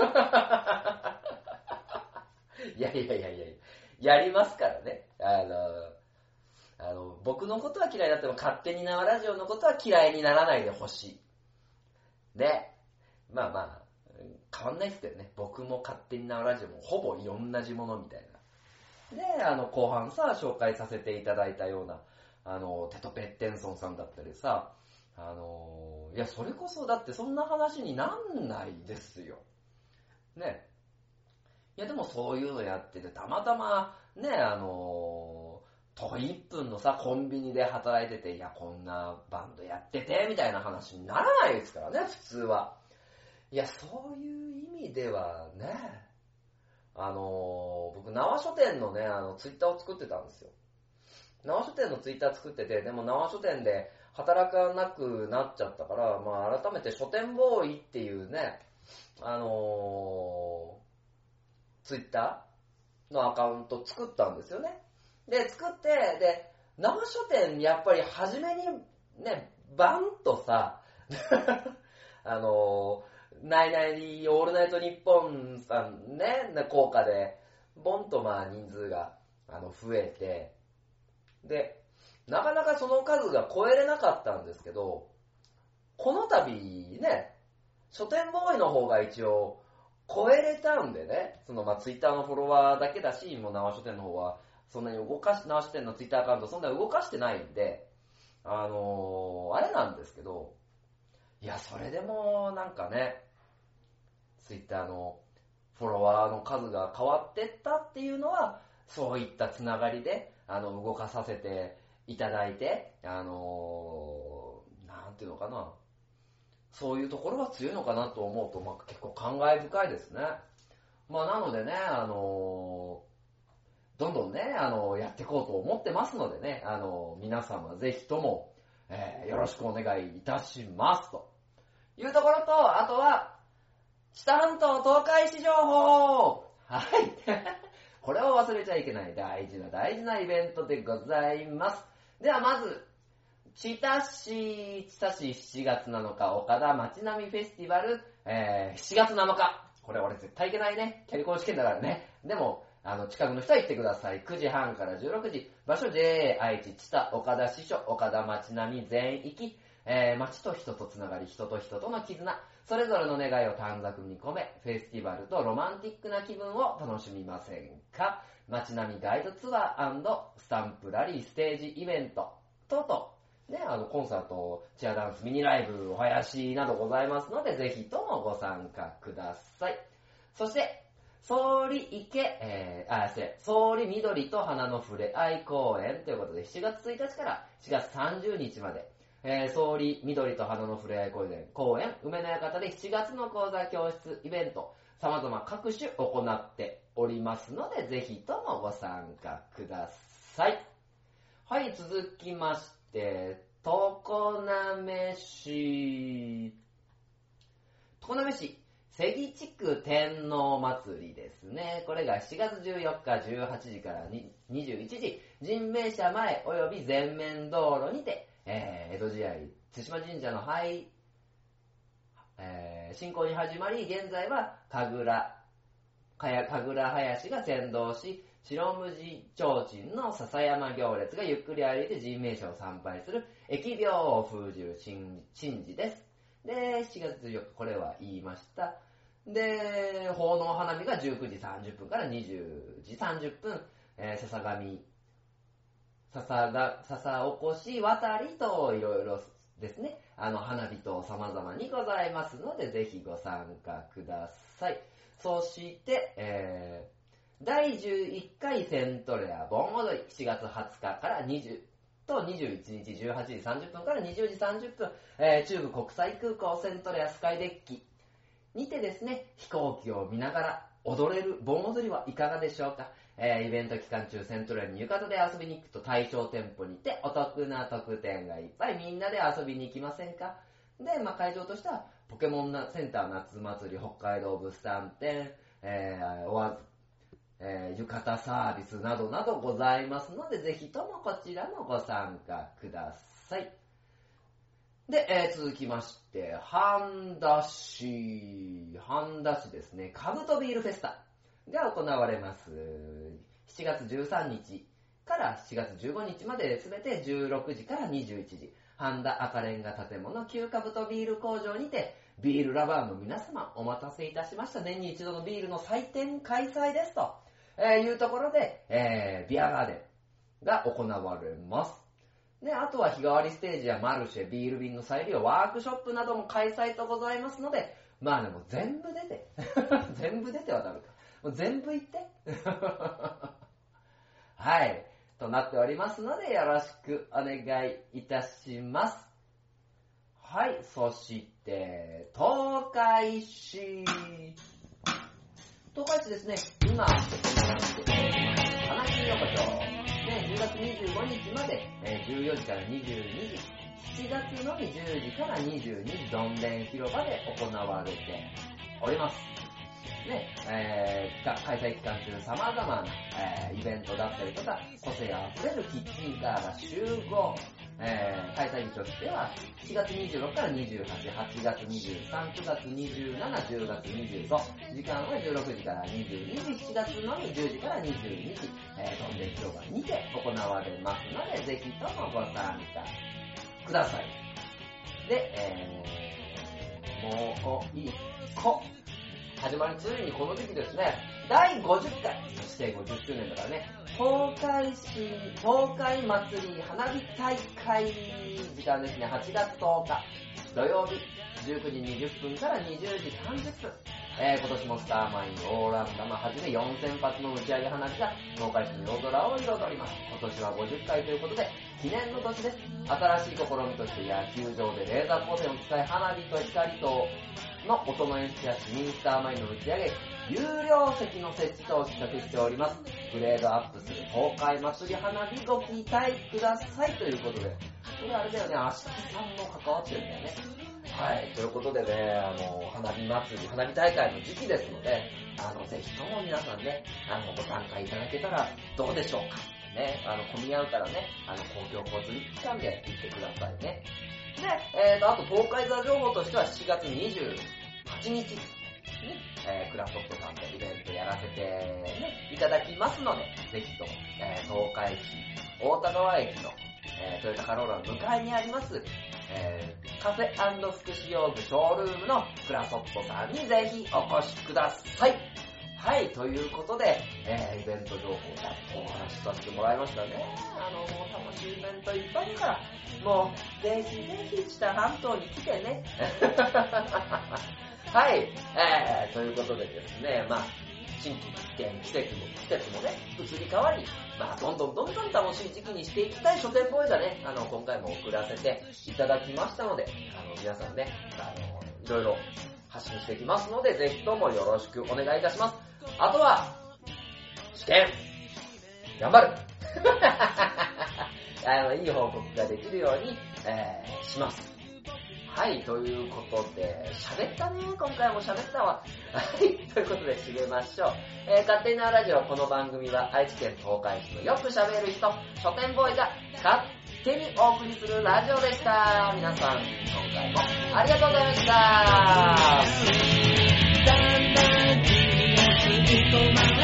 A: ないや、やりますからね。僕のことは嫌いだっても勝手に縄ラジオのことは嫌いにならないでほしい。で、変わんないですけどね。僕も勝手に縄ラジオもほぼ同じものみたいな。で、後半さ、紹介させていただいたような、テト・ペッテンソンさんだったりさ、いや、それこそだってそんな話になんないですよ。ね。いや、でもそういうのやってて、たまたま、ね、徒歩1分のさ、コンビニで働いてて、いや、こんなバンドやってて、みたいな話にならないですからね、普通は。いや、そういう意味ではね、僕、縄書店のね、ツイッターを作ってたんですよ。縄書店のツイッター作ってて、でも縄書店で働かなくなっちゃったから、改めて書店ボーイっていうね、ツイッターのアカウント作ったんですよね。で、作って、で、縄書店やっぱり初めにね、バンとさ、ナイナイオールナイトニッポンさんね、効果で、ボンと人数が増えて、で、なかなかその数が超えれなかったんですけど、この度ね、書店ボーイの方が一応超えれたんでね、そのツイッターのフォロワーだけだし、もう縄書店の方はそんなに縄書店のツイッターアカウントそんなに動かしてないんで、あれなんですけど、いや、それでもなんかね、ツイッターのフォロワーの数が変わってったっていうのは、そういったつながりで、動かさせていただいて、なんていうのかな、そういうところが強いのかなと思うと、結構感慨深いですね。なのでね、どんどんね、やっていこうと思ってますのでね、皆様ぜひとも、よろしくお願いいたしますというところと、あとは、知多半島東海市情報はい。これを忘れちゃいけない大事なイベントでございます。ではまず、知多市7月7日岡田街並みフェスティバル、7月7日。これ俺絶対行けないね。キャリコン試験だからね。でも、近くの人は行ってください。9時半から16時。場所 JA 愛知知多岡田支所岡田街並み全域。 街と人とつながり、人と人との絆、それぞれの願いを短冊に込め、フェスティバルとロマンティックな気分を楽しみませんか？街並みガイドツアー&スタンプラリーステージイベント等々、ね、コンサート、チアダンス、ミニライブ、お囃子などございますので、ぜひともご参加ください。そして、総理緑と花のふれあい公演ということで、7月1日から4月30日まで、総理緑と花のふれあい公演、梅の館で7月の講座教室イベント、様々各種行っておりますので、ぜひともご参加ください。はい、続きまして、常滑市、関地区天皇祭りですね。これが7月14日18時から21時、神明社前及び前面道路にて、江戸時代、津島神社の信仰に始まり、現在は神楽囃子が先導し、白無地提灯の笹山行列がゆっくり歩いて神明社を参拝する疫病を封じる神事です。で、7月14日、これは言いました。で、奉納花火が19時30分から20時30分、笹おこし渡りといろいろですね、花火と様々にございますので、ぜひご参加ください。そして、第11回セントレア盆踊り、7月20日から20と21日18時30分から20時30分、中部国際空港セントレアスカイデッキにてですね、飛行機を見ながら踊れる盆踊りはいかがでしょうか。イベント期間中セントレアに浴衣で遊びに行くと対象店舗にてお得な特典がいっぱい、みんなで遊びに行きませんか。で、会場としてはポケモンセンター夏祭り、北海道物産展、浴衣サービスなどなどございますので、ぜひともこちらもご参加ください。で、続きまして、半田市ですね、カブトビールフェスタが行われます。7月13日から7月15日まで、すべて16時から21時、半田赤レンガ建物旧カブトビール工場にて、ビールラバーの皆様、お待たせいたしました。年に一度のビールの祭典開催ですと、いうところで、ビアガーデンが行われます。で、あとは日替わりステージやマルシェ、ビール瓶の再利用、ワークショップなども開催とございますので、もう全部出て、全部出てはダメか。もう全部言って。はい。となっておりますので、よろしくお願いいたします。はい。そして、東海市ですね、今、花金横丁、10月25日まで、14時から22時、7月のみ10時から22時、どんでん広場で行われております。ね、開催期間中様々な、イベントだったりとか、個性あふれるキッチンカーが集合、開催日としては、7月26から28、8月23、9月27、10月25、時間は16時から22時、7月のみ10時から22時、どんでん広場にて行われますので、ぜひともご参加ください。で、もう一個。始まり、ついにこの時期ですね、第50回、そして50周年だからね、東海祭り花火大会、時間ですね、8月10日、土曜日、19時20分から20時30分、今年もスターマイン、オーランダマはじめ4000発の打ち上げ花火が東海市の夜空を彩ります。今年は50回ということで、記念の年です。新しい試みとして野球場でレーザー光線を使い花火と光との音の演出や市民スターマインの打ち上げ、有料席の設置と企画しております。グレードアップする東海祭り花火ご期待くださいということで、これあれだよね、足木さんも関わってるんだよね。はい、ということでね、花火祭り、花火大会の時期ですので、ぜひとも皆さんね、ご参加いただけたらどうでしょうか。ね、混み合うからね、公共交通機関で行ってくださいね。で、あと東海座情報としては7月28日に、クラフトットさんでイベントやらせて、ね、いただきますので、ぜひとも、東海市大田川駅のトヨタカローラの向かいにあります、カフェ&福祉用具ショールームのクラソットさんにぜひお越しください。はい、ということで、イベント情報をお話しさせてもらいましたね。もう楽しいイベントいっぱいだから、もう、ぜひぜひ知多半島に来てね。はい、ということでですね、まあ、新規一見、季節もね、移り変わり、まあ、どんどん楽しい時期にしていきたい書店ボーイがね、今回も送らせていただきましたので、皆さんね、いろいろ発信していきますので、ぜひともよろしくお願いいたします。あとは、試験、頑張るいい報告ができるように、します。はい、ということで、喋ったね、今回も喋ったわ。はい、ということで締めましょう。勝手なラジオ、この番組は愛知県東海市のよく喋る人、書店ボーイが勝手にお送りするラジオでした。皆さん、今回もありがとうございました。だんだん君が過ぎ込ま